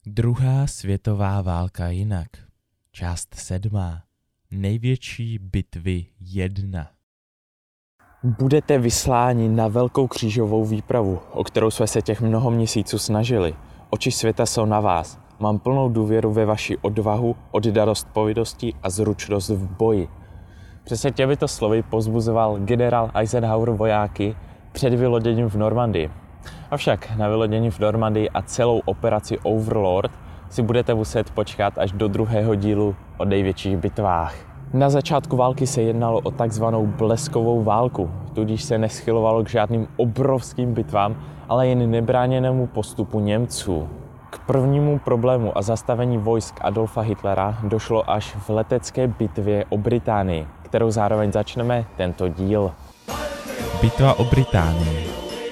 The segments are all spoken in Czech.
Druhá světová válka jinak. Část 7. Největší bitvy 1. Budete vysláni na velkou křížovou výpravu, o kterou jsme se těch mnoho měsíců snažili. Oči světa jsou na vás. Mám plnou důvěru ve vaši odvahu, oddanost povinnosti a zručnost v boji. Přesně těmito slovy povzbuzoval generál Eisenhower vojáky před vyloděním v Normandii. Avšak na vylodění v Normandii a celou operaci Overlord si budete muset počkat až do druhého dílu o největších bitvách. Na začátku války se jednalo o takzvanou bleskovou válku, tudíž se neschylovalo k žádným obrovským bitvám, ale jen nebráněnému postupu Němců. K prvnímu problému a zastavení vojsk Adolfa Hitlera došlo až v letecké bitvě o Británii, kterou zároveň začneme tento díl. Bitva o Británii.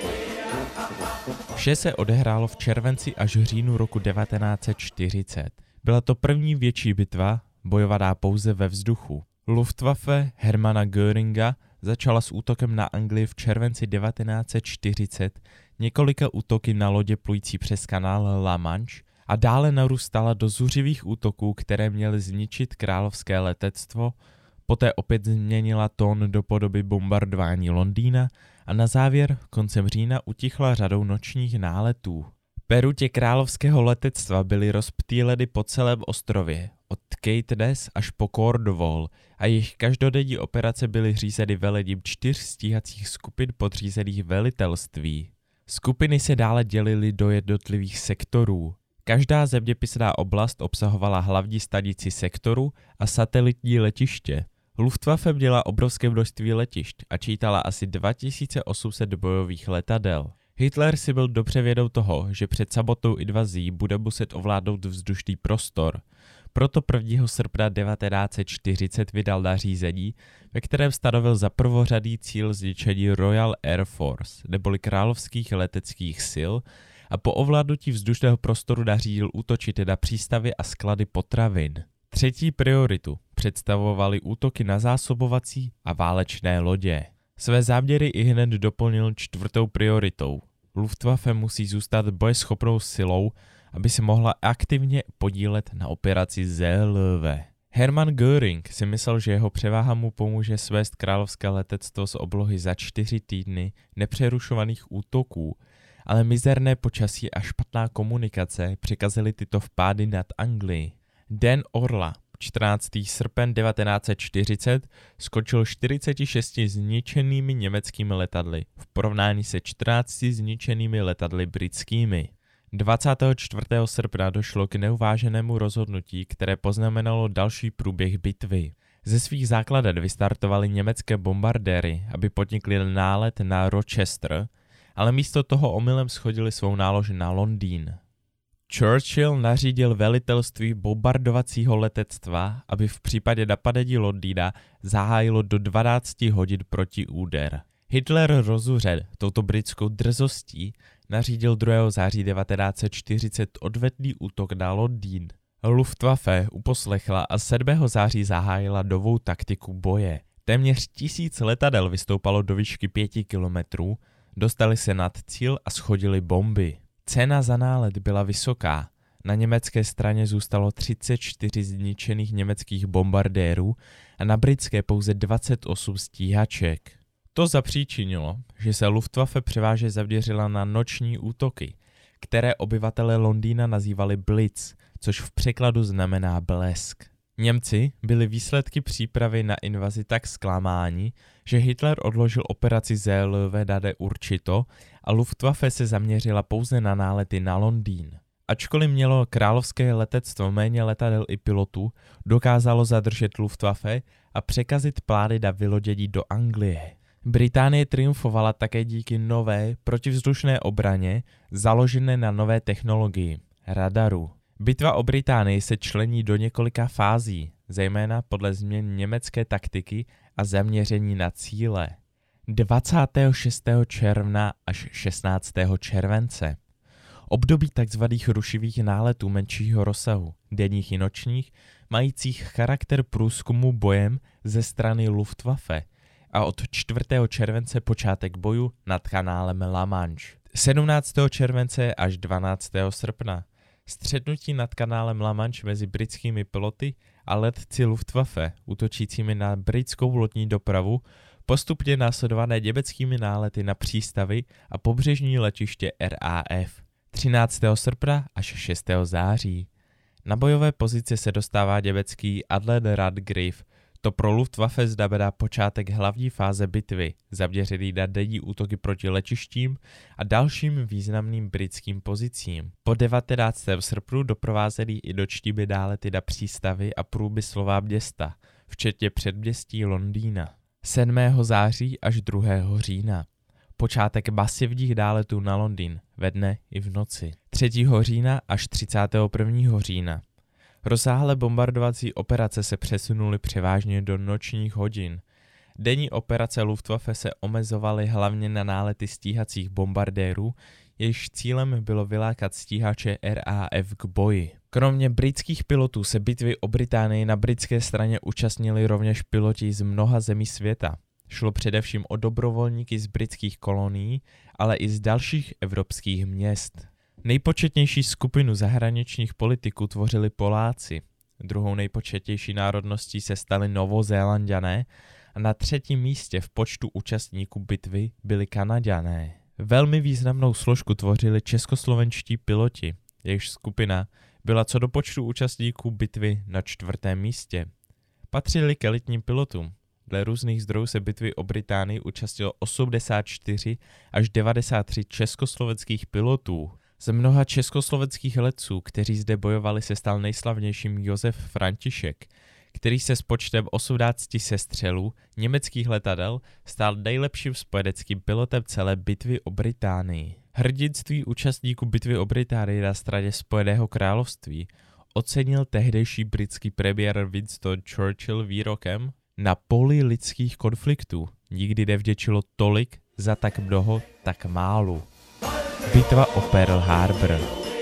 Vše se odehrálo v červenci až říjnu roku 1940. Byla to první větší bitva, bojovaná pouze ve vzduchu. Luftwaffe Hermanna Göringa začala s útokem na Anglii v červenci 1940, několika útoky na lodě plující přes kanál La Manche a dále narůstala do zuřivých útoků, které měly zničit královské letectvo, poté opět změnila tón do podoby bombardování Londýna a na závěr koncem října utichla řadou nočních náletů. Perutě královského letectva byly rozptýleny po celém ostrově, od Caithness až po Cornwall a jejich každodenní operace byly řízeny velením 4 stíhacích skupin podřízených velitelství. Skupiny se dále dělily do jednotlivých sektorů. Každá zeměpisná oblast obsahovala hlavní stanici sektoru a satelitní letiště. Luftwaffe měla obrovské množství letišť a čítala asi 2800 bojových letadel. Hitler si byl dobře vědom toho, že před samotnou invazí bude muset ovládnout vzdušný prostor. Proto 1. srpna 1940 vydal nařízení, ve kterém stanovil za prvořadý cíl zničení Royal Air Force, neboli královských leteckých sil, a po ovládnutí vzdušného prostoru nařídil útočit na přístavy a sklady potravin. Třetí prioritu představovaly útoky na zásobovací a válečné lodě. Své záměry ihned doplnil 4. prioritou. Luftwaffe musí zůstat bojeschopnou silou, aby se mohla aktivně podílet na operaci ZLV. Hermann Göring si myslel, že jeho převáha mu pomůže svést královské letectvo z oblohy za 4 týdny nepřerušovaných útoků, ale mizerné počasí a špatná komunikace přikazily tyto vpády nad Anglii. Den Orla, 14. srpen 1940, skončil 46 zničenými německými letadly v porovnání se 14 zničenými letadly britskými. 24. srpna došlo k neuváženému rozhodnutí, které poznamenalo další průběh bitvy. Ze svých základen vystartovali německé bombardéry, aby podnikli nálet na Rochester, ale místo toho omylem shodili svou nálož na Londýn. Churchill nařídil velitelství bombardovacího letectva, aby v případě napadení Londýna zahájilo do 12 hodin protiúder. Hitler rozuřen touto britskou drzostí nařídil 2. září 1940 odvetný útok na Londýn. Luftwaffe uposlechla a 7. září zahájila novou taktiku boje. Téměř 1000 letadel vystoupalo do výšky 5 kilometrů, dostali se nad cíl a shodili bomby. Cena za nálet byla vysoká. Na německé straně zůstalo 34 zničených německých bombardérů a na britské pouze 28 stíhaček. To zapříčinilo, že se Luftwaffe převážně zaměřila na noční útoky, které obyvatelé Londýna nazývali Blitz, což v překladu znamená blesk. Němci byli výsledky přípravy na invazi tak zklamáni, že Hitler odložil operaci ZLV na neurčito a Luftwaffe se zaměřila pouze na nálety na Londýn. Ačkoliv mělo královské letectvo méně letadel i pilotů, dokázalo zadržet Luftwaffe a překazit plány na vylodění do Anglie. Británie triumfovala také díky nové protivzdušné obraně, založené na nové technologii, radaru. Bitva o Británii se člení do několika fází, zejména podle změn německé taktiky a zaměření na cíle. 26. června až 16. července. Období tzv. Rušivých náletů menšího rozsahu, denních i nočních, majících charakter průzkumu bojem ze strany Luftwaffe a od 4. července počátek boju nad kanálem La Manche. 17. července až 12. srpna. Střetnutí nad kanálem La Manche mezi britskými piloty a letci Luftwaffe útočícími na britskou lodní dopravu, postupně následované německými nálety na přístavy a pobřežní letiště RAF. 13. srpna až 6. září. Na bojové pozice se dostává německý Adler Radgrave. To pro Luftwaffe znamená počátek hlavní fáze bitvy, zaměřený na denní útoky proti letištím a dalším významným britským pozicím. Po 19. srpnu doprovázený i nočními nálety na přístavy a průmyslová města, včetně předměstí Londýna. 7. září až 2. října. Počátek masivních náletů na Londýn ve dne i v noci. 3. října až 31. října. Rozsáhlé bombardovací operace se přesunuly převážně do nočních hodin. Denní operace Luftwaffe se omezovaly hlavně na nálety stíhacích bombardérů, jejichž cílem bylo vylákat stíhače RAF k boji. Kromě britských pilotů se bitvy o Británii na britské straně účastnili rovněž piloti z mnoha zemí světa. Šlo především o dobrovolníky z britských kolonií, ale i z dalších evropských měst. Nejpočetnější skupinu zahraničních politiků tvořili Poláci. Druhou nejpočetnější národností se stali Novozélanďané a na 3. místě v počtu účastníků bitvy byli Kanaďané. Velmi významnou složku tvořili českoslovenští piloti, jejichž skupina byla co do počtu účastníků bitvy na 4. místě. Patřili k elitním pilotům. Dle různých zdrojů se bitvy o Británii účastnilo 84 až 93 československých pilotů. Z mnoha československých letců, kteří zde bojovali, se stal nejslavnějším Josef František, který se s počtem 18 sestřelů německých letadel stal nejlepším spojeneckým pilotem celé bitvy o Británii. Hrdinství účastníků bitvy o Británii na straně Spojeného království ocenil tehdejší britský premiér Winston Churchill výrokem: na poli lidských konfliktů nikdy nevděčilo tolik za tak mnoho, tak málo. Bitva o Pearl Harbor.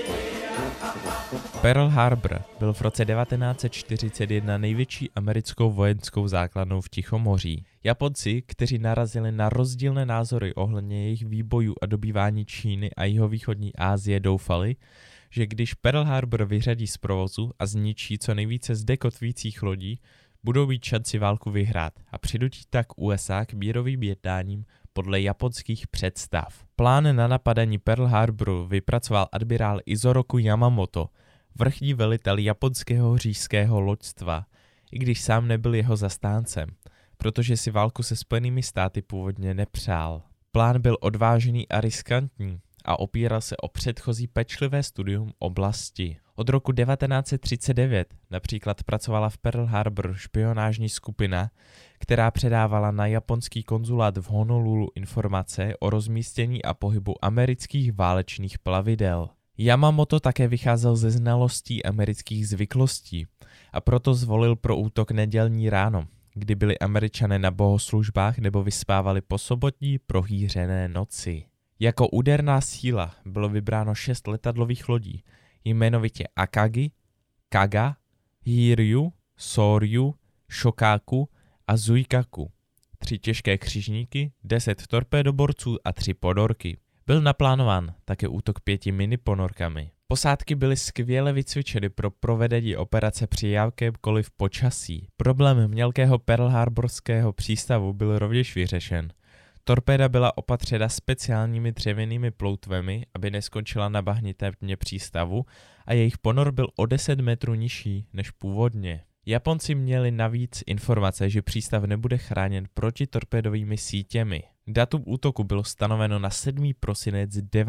Pearl Harbor byl v roce 1941 největší americkou vojenskou základnou v Tichomoří. Japonci, kteří narazili na rozdílné názory ohledně jejich výbojů a dobývání Číny a jihovýchodní Asie, doufali, že když Pearl Harbor vyřadí z provozu a zničí co nejvíce zde kotvících lodí, budou mít šanci válku vyhrát a přinutí tak USA k mírovým jednáním podle japonských představ. Plán na napadení Pearl Harboru vypracoval admirál Isoroku Yamamoto, vrchní velitel japonského říšského loďstva, i když sám nebyl jeho zastáncem, protože si válku se Spojenými státy původně nepřál. Plán byl odvážný a riskantní a opíral se o předchozí pečlivé studium oblasti. Od roku 1939 například pracovala v Pearl Harbor špionážní skupina, která předávala na japonský konzulát v Honolulu informace o rozmístění a pohybu amerických válečných plavidel. Yamamoto také vycházel ze znalostí amerických zvyklostí a proto zvolil pro útok nedělní ráno, kdy byli Američané na bohoslužbách nebo vyspávali po sobotní prohýřené noci. Jako úderná síla bylo vybráno 6 letadlových lodí, jmenovitě Akagi, Kaga, Hiryu, Soryu, Shokaku a Zuikaku, 3 těžké křižníky, 10 torpédoborců a 3 ponorky. Byl naplánován také útok 5 miniponorkami. Posádky byly skvěle vycvičeny pro provedení operace při jakémkoliv počasí. Problém mělkého Pearl Harborského přístavu byl rovněž vyřešen. Torpéda byla opatřena speciálními dřevěnými ploutvemi, aby neskončila na bahnitém dně přístavu, a jejich ponor byl o 10 metrů nižší než původně. Japonci měli navíc informace, že přístav nebude chráněn protitorpédovými sítěmi. Datum útoku bylo stanoveno na 7. prosinec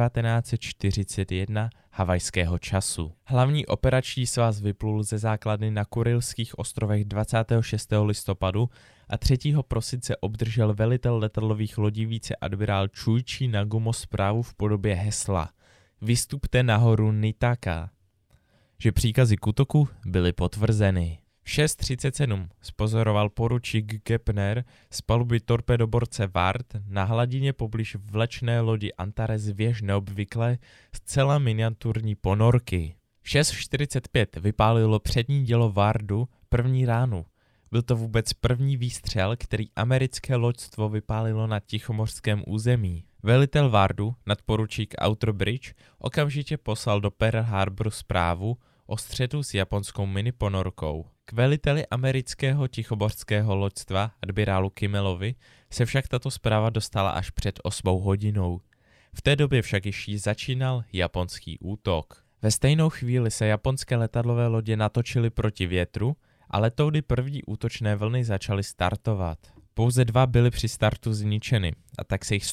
1941 havajského času. Hlavní operační svaz vyplul ze základny na Kurilských ostrovech 26. listopadu a 3. prosince obdržel velitel letadlových lodí viceadmirál Chuichi Nagumo zprávu v podobě hesla: Vystupte nahoru Nitaka, že příkazy k útoku byly potvrzeny. V 6:37 spozoroval poručík Gepner z paluby torpédoborce Ward na hladině poblíž vlečné lodi Antares věž neobvyklé zcela miniaturní ponorky. V 6:45 vypálilo přední dělo Wardu první ránu. Byl to vůbec první výstřel, který americké loďstvo vypálilo na tichomořském území. Velitel Wardu, nadporučík Outerbridge, okamžitě poslal do Pearl Harboru zprávu o střetu s japonskou miniponorkou. K veliteli amerického tichomořského loďstva admirálu Kimmelovi se však tato zpráva dostala až před 8 hodinou. V té době však již začínal japonský útok. Ve stejnou chvíli se japonské letadlové lodě natočily proti větru a letouny první útočné vlny začaly startovat. Pouze 2 byly při startu zničeny a tak se jich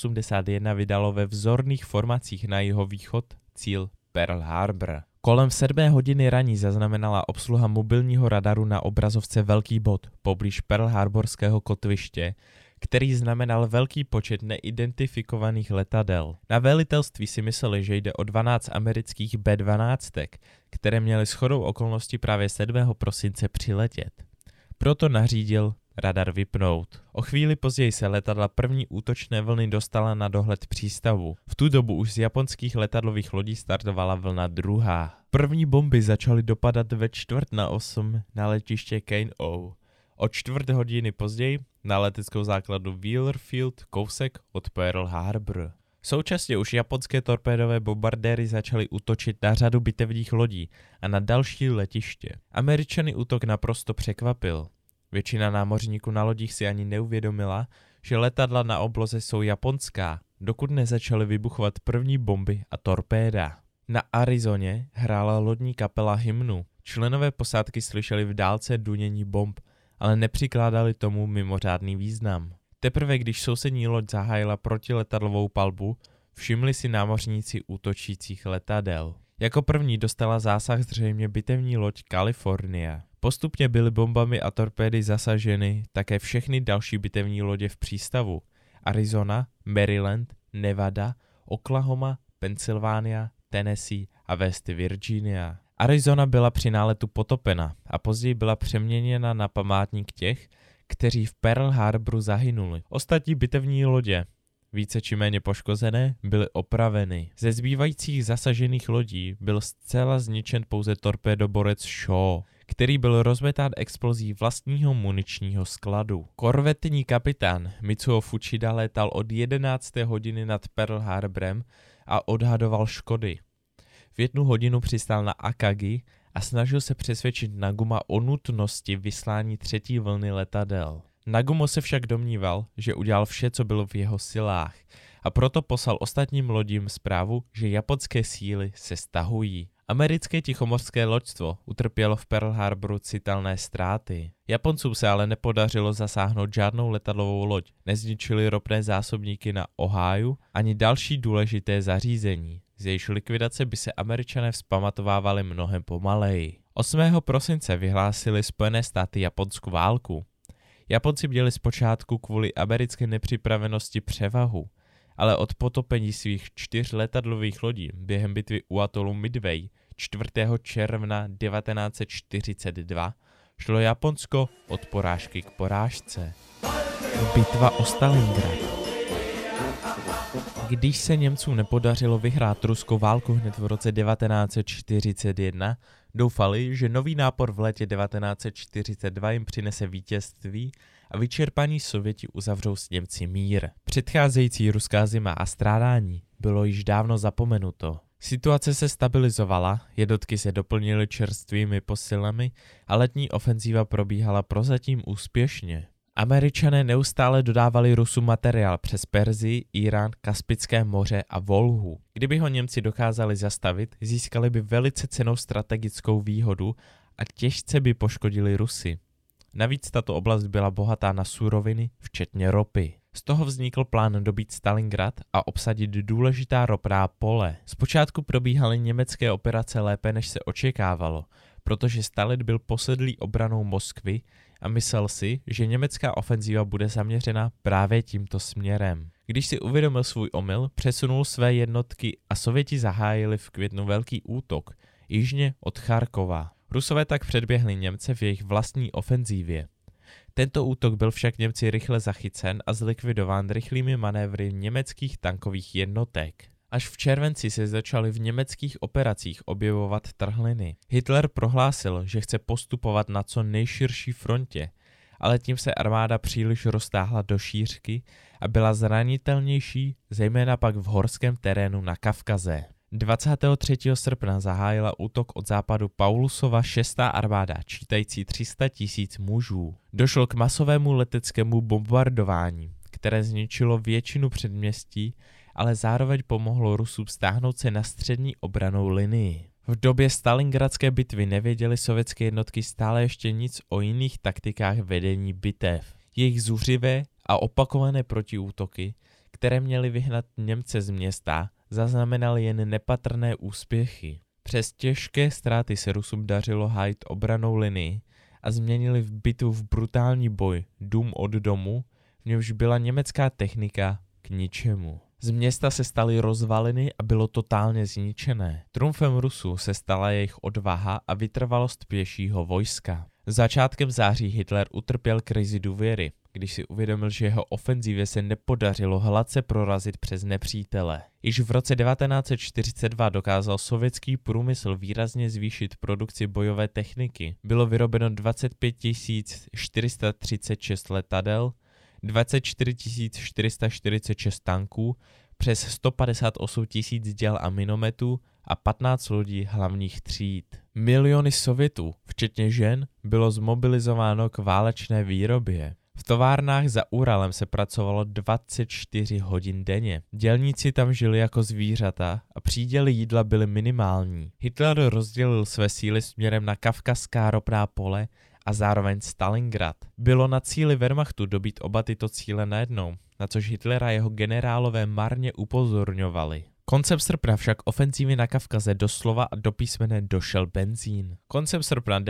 181 vydalo ve vzorných formacích na jihovýchod, cíl Pearl Harbor. Kolem 7 hodiny raní zaznamenala obsluha mobilního radaru na obrazovce velký bod poblíž Pearl Harborského kotviště, který znamenal velký počet neidentifikovaných letadel. Na velitelství si mysleli, že jde o 12 amerických B-12, které měly shodou okolností právě 7. prosince přiletět. Proto nařídil radar vypnout. O chvíli později se letadla první útočné vlny dostala na dohled přístavu. V tu dobu už z japonských letadlových lodí startovala vlna druhá. První bomby začaly dopadat ve 7:45 na letiště Kane-O. O 4 hodiny později na leteckou základnu Wheelerfield, kousek od Pearl Harbor. Současně už japonské torpédové bombardéry začaly útočit na řadu bitevních lodí a na další letiště. Američany útok naprosto překvapil. Většina námořníků na lodích si ani neuvědomila, že letadla na obloze jsou japonská, dokud nezačaly vybuchovat první bomby a torpéda. Na Arizoně hrála lodní kapela hymnu. Členové posádky slyšeli v dálce dunění bomb, ale nepřikládali tomu mimořádný význam. Teprve když sousední loď zahájila protiletadlovou palbu, všimli si námořníci útočících letadel. Jako první dostala zásah zřejmě bitevní loď California. Postupně byly bombami a torpédy zasaženy také všechny další bitevní lodě v přístavu. Arizona, Maryland, Nevada, Oklahoma, Pennsylvania, Tennessee a West Virginia. Arizona byla při náletu potopena a později byla přeměněna na památník těch, kteří v Pearl Harboru zahynuli. Ostatní bitevní lodě, více či méně poškozené, byly opraveny. Ze zbývajících zasažených lodí byl zcela zničen pouze torpédoborec Shaw, který byl rozmetán explozí vlastního muničního skladu. Korvetní kapitán Mitsuo Fuchida létal od 11. hodiny nad Pearl Harborem a odhadoval škody. V 1 hodinu přistál na Akagi a snažil se přesvědčit Naguma o nutnosti vyslání 3. vlny letadel. Nagumo se však domníval, že udělal vše, co bylo v jeho silách, a proto poslal ostatním lodím zprávu, že japonské síly se stahují. Americké tichomořské loďstvo utrpělo v Pearl Harboru citelné ztráty. Japoncům se ale nepodařilo zasáhnout žádnou letadlovou loď, nezničili ropné zásobníky na Ohiu ani další důležité zařízení. Z jejíž likvidace by se Američané vzpamatovávali mnohem pomaleji. 8. prosince vyhlásili Spojené státy Japonsku válku. Japonci měli zpočátku kvůli americké nepřipravenosti převahu, ale od potopení svých 4 letadlových lodí během bitvy u atolu Midway 4. června 1942 šlo Japonsko od porážky k porážce. Bitva o Stalingrad. Když se Němcům nepodařilo vyhrát ruskou válku hned v roce 1941, doufali, že nový nápor v létě 1942 jim přinese vítězství a vyčerpaní Sověti uzavřou s Němci mír. Předcházející ruská zima a strádání bylo již dávno zapomenuto. Situace se stabilizovala, jednotky se doplnily čerstvými posilami a letní ofenzíva probíhala prozatím úspěšně. Američané neustále dodávali Rusům materiál přes Perzii, Irán, Kaspické moře a Volhu. Kdyby ho Němci dokázali zastavit, získali by velice cennou strategickou výhodu a těžce by poškodili Rusy. Navíc tato oblast byla bohatá na suroviny, včetně ropy. Z toho vznikl plán dobít Stalingrad a obsadit důležitá ropná pole. Zpočátku probíhaly německé operace lépe, než se očekávalo, protože Stalin byl posedlý obranou Moskvy a myslel si, že německá ofenzíva bude zaměřena právě tímto směrem. Když si uvědomil svůj omyl, přesunul své jednotky a Sověti zahájili v květnu velký útok, jižně od Charkova. Rusové tak předběhli Němce v jejich vlastní ofenzívě. Tento útok byl však Němci rychle zachycen a zlikvidován rychlými manévry německých tankových jednotek. Až v červenci se začaly v německých operacích objevovat trhliny. Hitler prohlásil, že chce postupovat na co nejširší frontě ale tím se armáda příliš roztáhla do šířky a byla zranitelnější, zejména pak v horském terénu na Kavkaze. 23. srpna zahájila útok od západu Paulusova 6. armáda, čítající 300 000 mužů. Došlo k masovému leteckému bombardování, které zničilo většinu předměstí, ale zároveň pomohlo Rusům stáhnout se na střední obrannou linii. V době Stalingradské bitvy nevěděly sovětské jednotky stále ještě nic o jiných taktikách vedení bitev. Jejich zuřivé a opakované protiútoky, které měly vyhnat Němce z města, zaznamenaly jen nepatrné úspěchy. Přes těžké ztráty se Rusům dařilo hájit obrannou linii a změnili v bitvu v brutální boj dům od domu, v němž byla německá technika k ničemu. Z města se staly rozvaliny a bylo totálně zničené. Trumfem Rusů se stala jejich odvaha a vytrvalost pěšího vojska. Začátkem září Hitler utrpěl krizi důvěry, když si uvědomil, že jeho ofenzívě se nepodařilo hladce prorazit přes nepřítele. Již v roce 1942 dokázal sovětský průmysl výrazně zvýšit produkci bojové techniky. Bylo vyrobeno 25 436 letadel, 24 446 tanků, přes 158 000 děl a minometů a 15 lodí hlavních tříd. Miliony Sovětů, včetně žen, bylo zmobilizováno k válečné výrobě. V továrnách za Uralem se pracovalo 24 hodin denně. Dělníci tam žili jako zvířata a příděly jídla byly minimální. Hitler rozdělil své síly směrem na kavkazská ropná pole a zároveň Stalingrad. Bylo na cíli Wehrmachtu dobít oba tyto cíle najednou, na což Hitlera a jeho generálové marně upozorňovali. Koncem srpna však ofenzívy na Kavkaze doslova a do písmene došel benzín. Koncem srpna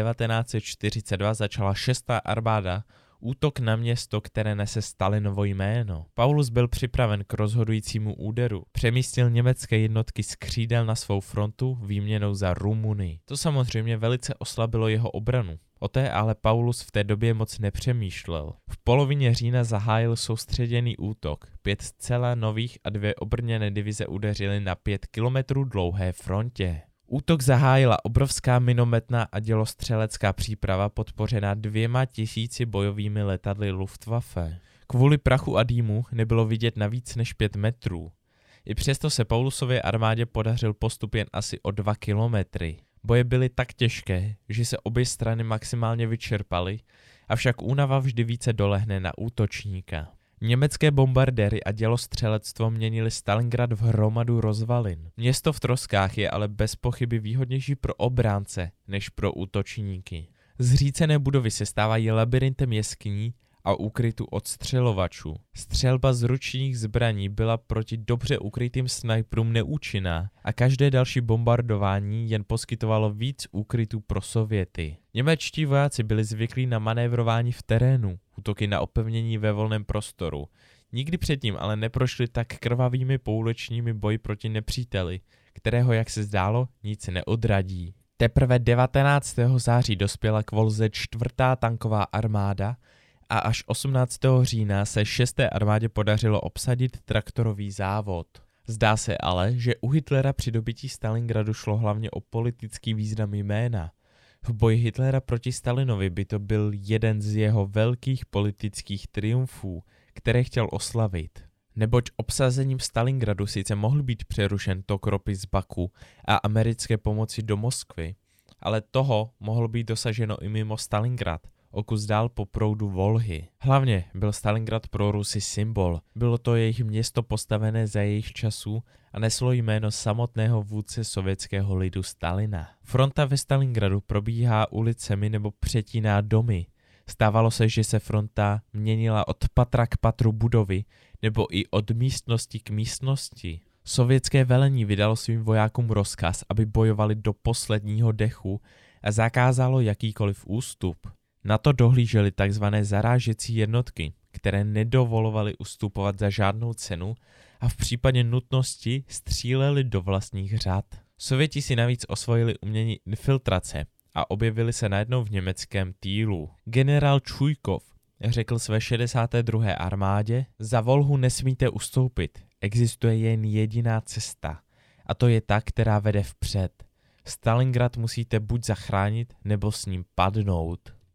1942 začala 6. armáda útok na město, které nese Stalinovo jméno. Paulus byl připraven k rozhodujícímu úderu. Přemístil německé jednotky z křídel na svou frontu výměnou za Rumuny. To samozřejmě velice oslabilo jeho obranu. O té ale Paulus v té době moc nepřemýšlel. V polovině října zahájil soustředěný útok. 5 zcela nových a 2 obrněné divize udeřily na 5 kilometrů dlouhé frontě. Útok zahájila obrovská minometná a dělostřelecká příprava podpořená 2000 bojovými letadly Luftwaffe. Kvůli prachu a dýmu nebylo vidět na víc než 5 metrů. I přesto se Paulusově armádě podařil postup jen asi o 2 kilometry. Boje byly tak těžké, že se obě strany maximálně vyčerpaly, avšak únava vždy více dolehne na útočníka. Německé bombardéry a dělostřelectvo měnili Stalingrad v hromadu rozvalin. Město v troskách je ale bez pochyby výhodnější pro obránce než pro útočníky. Zřícené budovy se stávají labirintem jeskyní a úkrytu odstřelovačů. Střelba z ručních zbraní byla proti dobře ukrytým snajprům neúčinná a každé další bombardování jen poskytovalo víc úkrytů pro Sověty. Němečtí vojáci byli zvyklí na manévrování v terénu, útoky na opevnění ve volném prostoru. Nikdy předtím ale neprošli tak krvavými poulečními boji proti nepříteli, kterého, jak se zdálo, nic neodradí. Teprve 19. září dospěla k Volze 4. tanková armáda a až 18. října se 6. armádě podařilo obsadit traktorový závod. Zdá se ale, že u Hitlera při dobytí Stalingradu šlo hlavně o politický význam jména. V boji Hitlera proti Stalinovi by to byl jeden z jeho velkých politických triumfů, které chtěl oslavit. Neboť obsazením Stalingradu sice mohl být přerušen tok ropy z Baku a americké pomoci do Moskvy, ale toho mohlo být dosaženo i mimo Stalingrad, o kus dál po proudu Volhy. Hlavně byl Stalingrad pro Rusy symbol. Bylo to jejich město postavené za jejich časů a neslo jméno samotného vůdce sovětského lidu Stalina. Fronta ve Stalingradu probíhá ulicemi nebo přetíná domy. Stávalo se, že se fronta měnila od patra k patru budovy nebo i od místnosti k místnosti. Sovětské velení vydalo svým vojákům rozkaz, aby bojovali do posledního dechu a zakázalo jakýkoliv ústup. Na to dohlížely tzv. Zarážecí jednotky, které nedovolovaly ustupovat za žádnou cenu a v případě nutnosti stříleli do vlastních řad. Sověti si navíc osvojili umění infiltrace a objevili se najednou v německém týlu. Generál Čujkov řekl své 62. armádě: za Volhu nesmíte ustoupit, existuje jen jediná cesta a to je ta, která vede vpřed. Stalingrad musíte buď zachránit, nebo s ním padnout.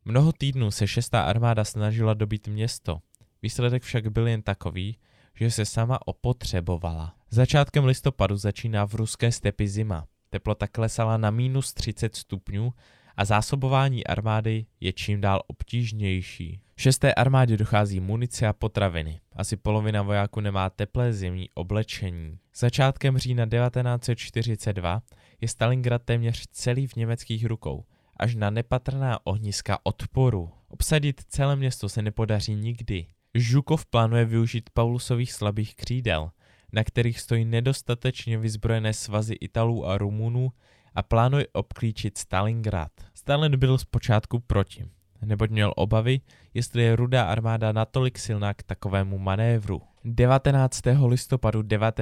Mnoho týdnů se 6. armáda snažila dobít město. Výsledek však byl jen takový, že se sama opotřebovala. Začátkem listopadu začíná v ruské stepi zima. Teplota klesala na -30 stupňů a zásobování armády je čím dál obtížnější. 6. armádě dochází munice a potraviny. Asi polovina vojáků nemá teplé zimní oblečení. Začátkem října 1942 je Stalingrad téměř celý v německých rukou, až na nepatrná ohniska odporu. Obsadit celé město se nepodaří nikdy. Žukov plánuje využít Paulusových slabých křídel, na kterých stojí nedostatečně vyzbrojené svazy Italů a Rumunů, a plánuje obklíčit Stalingrad. Stalin byl zpočátku proti, neboť měl obavy, jestli je Rudá armáda natolik silná k takovému manévru. 19. listopadu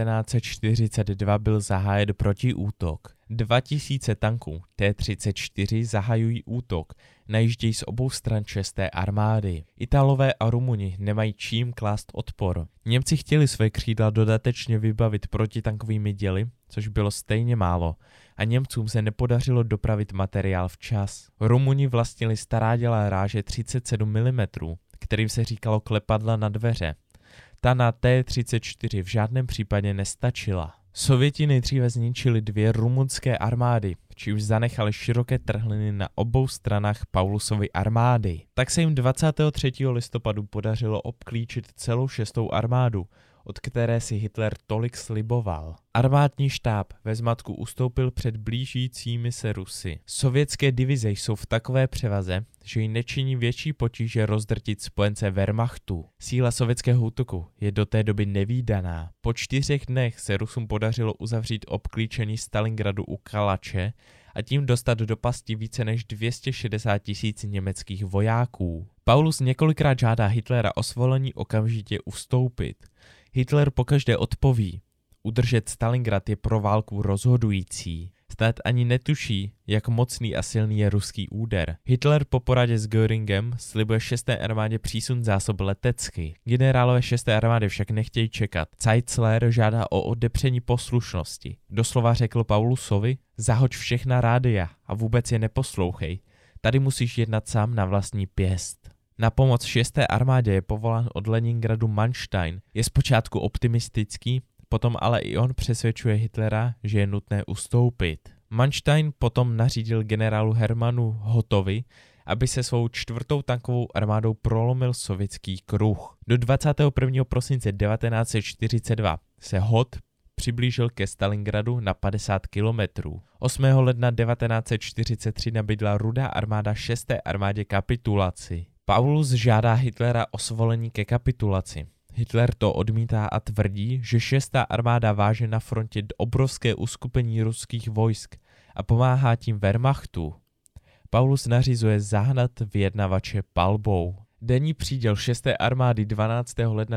1942 byl zahájen protiútok. 2000 tanků T-34 zahajují útok, najíždějí z obou stran 6. armády. Italové a Rumuni nemají čím klást odpor. Němci chtěli své křídla dodatečně vybavit protitankovými děly, což bylo stejně málo, a Němcům se nepodařilo dopravit materiál včas. Rumuni vlastnili stará děla ráže 37 mm, kterým se říkalo klepadla na dveře. Ta na T-34 v žádném případě nestačila. Sověti nejdříve zničili 2 rumunské armády, čímž zanechali široké trhliny na obou stranách Paulusovy armády. Tak se jim 23. listopadu podařilo obklíčit celou 6. armádu, od které si Hitler tolik sliboval. Armádní štáb ve zmatku ustoupil před blížícími se Rusy. Sovětské divize jsou v takové převaze, že jí nečiní větší potíže rozdrtit spojence Wehrmachtu. Síla sovětského útoku je do té doby nevídaná. Po 4 dnech se Rusům podařilo uzavřít obklíčení Stalingradu u Kalače a tím dostat do pasti více než 260 000 německých vojáků. Paulus několikrát žádá Hitlera o svolení okamžitě ustoupit. Hitler pokaždé odpoví: udržet Stalingrad je pro válku rozhodující. Stát ani netuší, jak mocný a silný je ruský úder. Hitler po poradě s Göringem slibuje 6. armádě přísun zásob letecky. Generálové 6. armády však nechtějí čekat. Zeitzler žádá o odepření poslušnosti. Doslova řekl Paulusovi: zahoď všechna rádia a vůbec je neposlouchej. Tady musíš jednat sám na vlastní pěst. Na pomoc 6. armádě je povolán od Leningradu Manstein. Je zpočátku optimistický, potom ale i on přesvědčuje Hitlera, že je nutné ustoupit. Manstein potom nařídil generálu Hermannu Hotovi, aby se svou 4. tankovou armádou prolomil sovětský kruh. Do 21. prosince 1942 se Hot přiblížil ke Stalingradu na 50 kilometrů. 8. ledna 1943 nabídla Rudá armáda 6. armádě kapitulaci. Paulus žádá Hitlera o svolení ke kapitulaci. Hitler to odmítá a tvrdí, že 6. armáda váže na frontě obrovské uskupení ruských vojsk a pomáhá tím Wehrmachtu. Paulus nařizuje zahnat vyjednavače palbou. Denní příděl 6. armády 12. ledna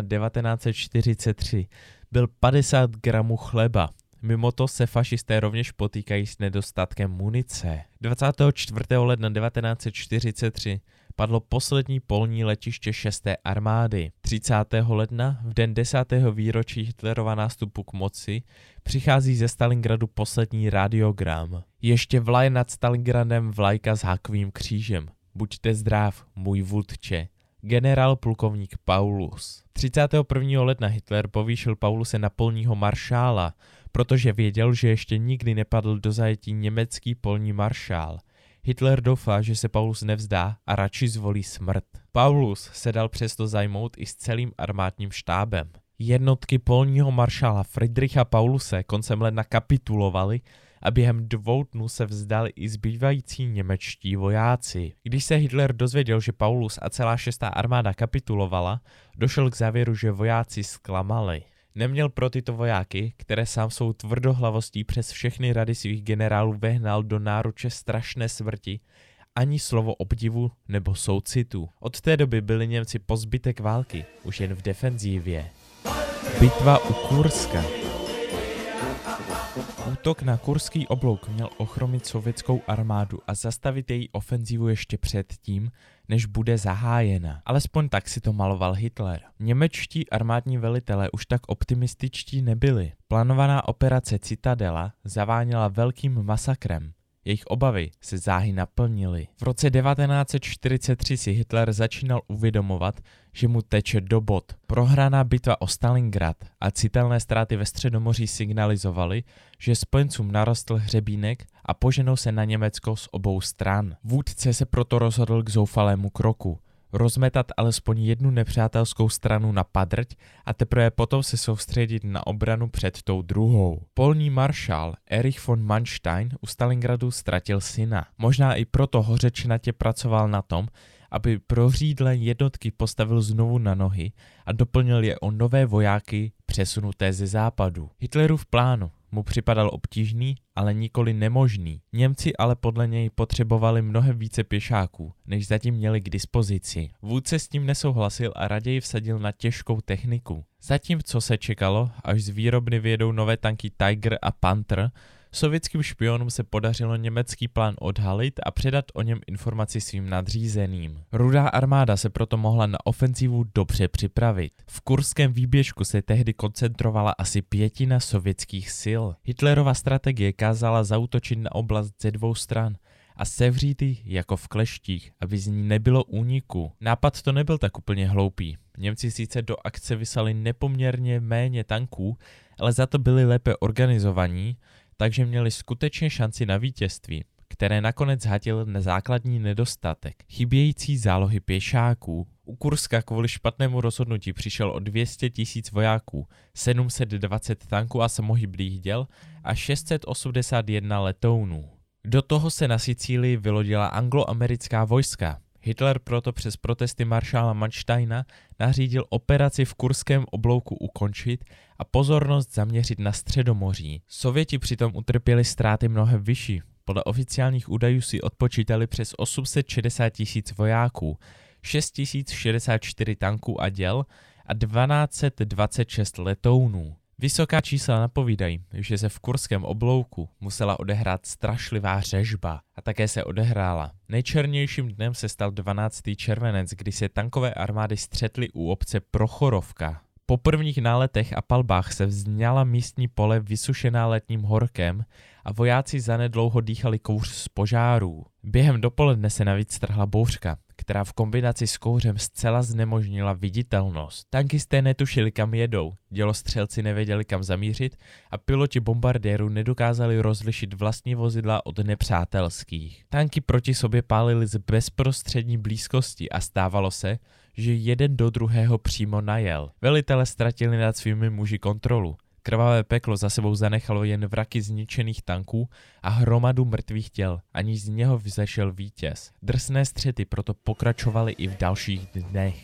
1943 byl 50 gramů chleba. Mimo to se fašisté rovněž potýkají s nedostatkem munice. 24. ledna 1943 padlo poslední polní letiště 6. armády. 30. ledna, v den 10. výročí Hitlerova nástupu k moci, přichází ze Stalingradu poslední radiogram. Ještě vlaje nad Stalingradem vlajka s hákovým křížem. Buďte zdrav, můj vůdče. Generál plukovník Paulus. 31. ledna Hitler povýšil Pauluse na polního maršála, protože věděl, že ještě nikdy nepadl do zajetí německý polní maršál. Hitler doufá, že se Paulus nevzdá a radši zvolí smrt. Paulus se dal přesto zajmout i s celým armádním štábem. Jednotky polního maršála Friedricha Pauluse koncem ledna kapitulovaly a během 2 dnů se vzdali i zbývající němečtí vojáci. Když se Hitler dozvěděl, že Paulus a celá 6. armáda kapitulovala, došel k závěru, že vojáci zklamali. Neměl pro tyto vojáky, které sám svou tvrdohlavostí přes všechny rady svých generálů vehnal do náruče strašné smrti, ani slovo obdivu nebo soucitu. Od té doby byli Němci po zbytek války už jen v defenzívě. Bitva u Kurska. Útok na Kurský oblouk měl ochromit sovětskou armádu a zastavit její ofenzívu ještě předtím, než bude zahájena. Alespoň tak si to maloval Hitler. Němečtí armádní velitelé už tak optimističtí nebyli. Plánovaná operace Citadela zaváněla velkým masakrem. Jejich obavy se záhy naplnily. V roce 1943 si Hitler začínal uvědomovat, že mu teče do bod. Prohraná bitva o Stalingrad a citelné ztráty ve Středomoří signalizovaly, že spojencům narostl hřebínek a poženou se na Německo z obou stran. Vůdce se proto rozhodl k zoufalému kroku. Rozmetat alespoň jednu nepřátelskou stranu na padrť a teprve potom se soustředit na obranu před tou druhou. Polní maršál Erich von Manstein u Stalingradu ztratil syna. Možná i proto hořečnatě pracoval na tom, aby prořídlé jednotky postavil znovu na nohy a doplnil je o nové vojáky přesunuté ze západu. Hitlerův plán mu připadal obtížný, ale nikoli nemožný. Němci ale podle něj potřebovali mnohem více pěšáků, než zatím měli k dispozici. Vůdce s tím nesouhlasil a raději vsadil na těžkou techniku. Zatímco se čekalo, až z výrobny vyjedou nové tanky Tiger a Panther, sovětským špionům se podařilo německý plán odhalit a předat o něm informaci svým nadřízeným. Rudá armáda se proto mohla na ofenzivu dobře připravit. V kurském výběžku se tehdy koncentrovala asi 1/5 sovětských sil. Hitlerova strategie kázala zaútočit na oblast ze dvou stran a sevřít ji jako v kleštích, aby z ní nebylo úniku. Nápad to nebyl tak úplně hloupý. Němci sice do akce vyslali nepoměrně méně tanků, ale za to byli lépe organizovaní, takže měli skutečně šanci na vítězství, které nakonec zhatil základní nedostatek. Chybějící zálohy pěšáků. U Kurska kvůli špatnému rozhodnutí přišel o 200 000 vojáků, 720 tanků a samohybných děl a 681 letounů. Do toho se na Sicílii vylodila angloamerická vojska. Hitler proto přes protesty maršála Mansteina nařídil operaci v kurském oblouku ukončit a pozornost zaměřit na Středomoří. Sověti přitom utrpěli ztráty mnohem vyšší. Podle oficiálních údajů si odpočítali přes 860 000 vojáků, 6064 tanků a děl a 1226 letounů. Vysoká čísla napovídají, že se v kurském oblouku musela odehrát strašlivá řežba a také se odehrála. Nejčernějším dnem se stal 12. červenec, kdy se tankové armády střetly u obce Prochorovka. Po prvních náletech a palbách se vzňala místní pole vysušená letním horkem a vojáci zanedlouho dýchali kouř z požárů. Během dopoledne se navíc strhla bouřka, která v kombinaci s kouřem zcela znemožnila viditelnost. Tankisté netušili, kam jedou, dělostřelci nevěděli, kam zamířit a piloti bombardérů nedokázali rozlišit vlastní vozidla od nepřátelských. Tanky proti sobě pálily z bezprostřední blízkosti a stávalo se, že jeden do druhého přímo najel. Velitelé ztratili nad svými muži kontrolu. Krvavé peklo za sebou zanechalo jen vraky zničených tanků a hromadu mrtvých těl, aniž z něho vzešel vítěz. Drsné střety proto pokračovaly i v dalších dnech.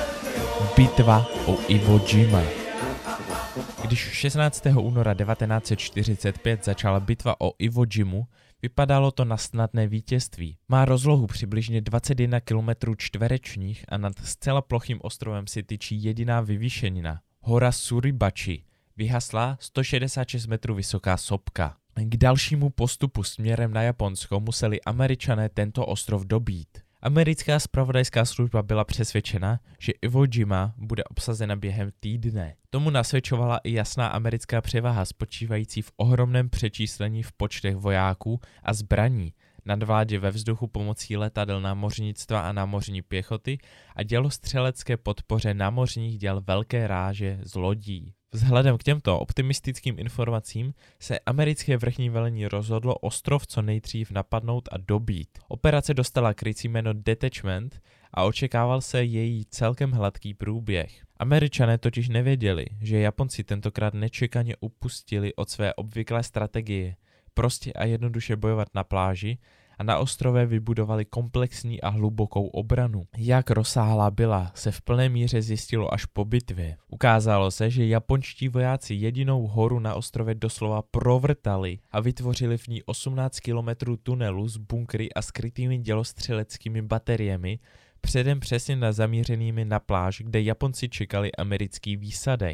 Bitva o Iwo Jima. Když 16. února 1945 začala bitva o Iwo Jimu, vypadalo to na snadné vítězství. Má rozlohu přibližně 21 km čtverečních a nad zcela plochým ostrovem si tyčí jediná vyvýšenina, hora Suribachi, vyhaslá 166 metrů vysoká sopka. K dalšímu postupu směrem na Japonsko museli Američané tento ostrov dobít. Americká zpravodajská služba byla přesvědčena, že Iwo Jima bude obsazena během týdne. Tomu nasvědčovala i jasná americká převaha spočívající v ohromném přečíslení v počtech vojáků a zbraní, nadvládě ve vzduchu pomocí letadel námořnictva a námořní pěchoty a dělostřelecké podpoře námořních děl velké ráže z lodí. Vzhledem k těmto optimistickým informacím se americké vrchní velení rozhodlo ostrov co nejdřív napadnout a dobít. Operace dostala krycí jméno Detachment a očekával se její celkem hladký průběh. Američané totiž nevěděli, že Japonci tentokrát nečekaně upustili od své obvyklé strategie, prostě a jednoduše bojovat na pláži, a na ostrově vybudovali komplexní a hlubokou obranu. Jak rozsáhlá byla, se v plné míře zjistilo až po bitvě. Ukázalo se, že japonští vojáci jedinou horu na ostrově doslova provrtali a vytvořili v ní 18 kilometrů tunelu s bunkry a skrytými dělostřeleckými bateriemi, předem přesně zamířenými na pláž, kde Japonci čekali americký výsadek.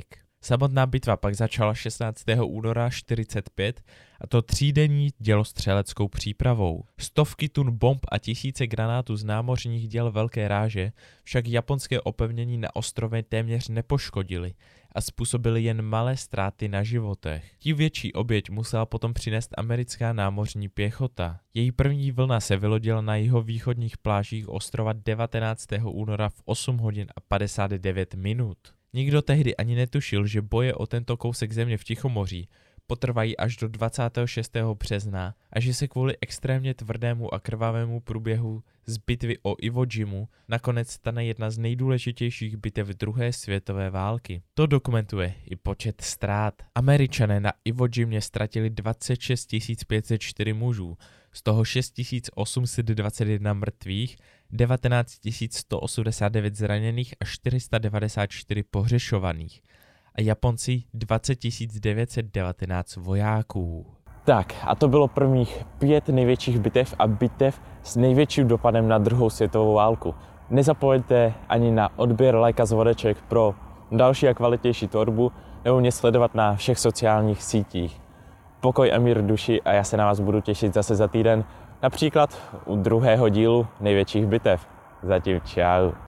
Samotná bitva pak začala 16. února 45 a to třídenní dělostřeleckou přípravou. Stovky tun bomb a tisíce granátů z námořních děl velké ráže však japonské opevnění na ostrově téměř nepoškodily a způsobily jen malé ztráty na životech. Tím větší oběť musela potom přinést americká námořní pěchota. Její první vlna se vylodila na jihovýchodních plážích ostrova 19. února v 8 hodin a 59 minut. Nikdo tehdy ani netušil, že boje o tento kousek země v Tichomoří potrvají až do 26. března a že se kvůli extrémně tvrdému a krvavému průběhu z bitvy o Iwo Jimu nakonec stane jedna z nejdůležitějších bitev druhé světové války. To dokumentuje i počet ztrát. Američané na Iwo Jimě ztratili 26 504 mužů, z toho 6 821 mrtvých, 19 189 zraněných a 494 pohřešovaných. A Japonci 20 919 vojáků. Tak a to bylo prvních 5 největších bitev a bitev s největším dopadem na druhou světovou válku. Nezapomeňte ani na odběr, like a zvoneček pro další a kvalitnější tvorbu nebo mě sledovat na všech sociálních sítích. Pokoj a mír duši a já se na vás budu těšit zase za týden, například u druhého dílu největších bitev. Zatím čau.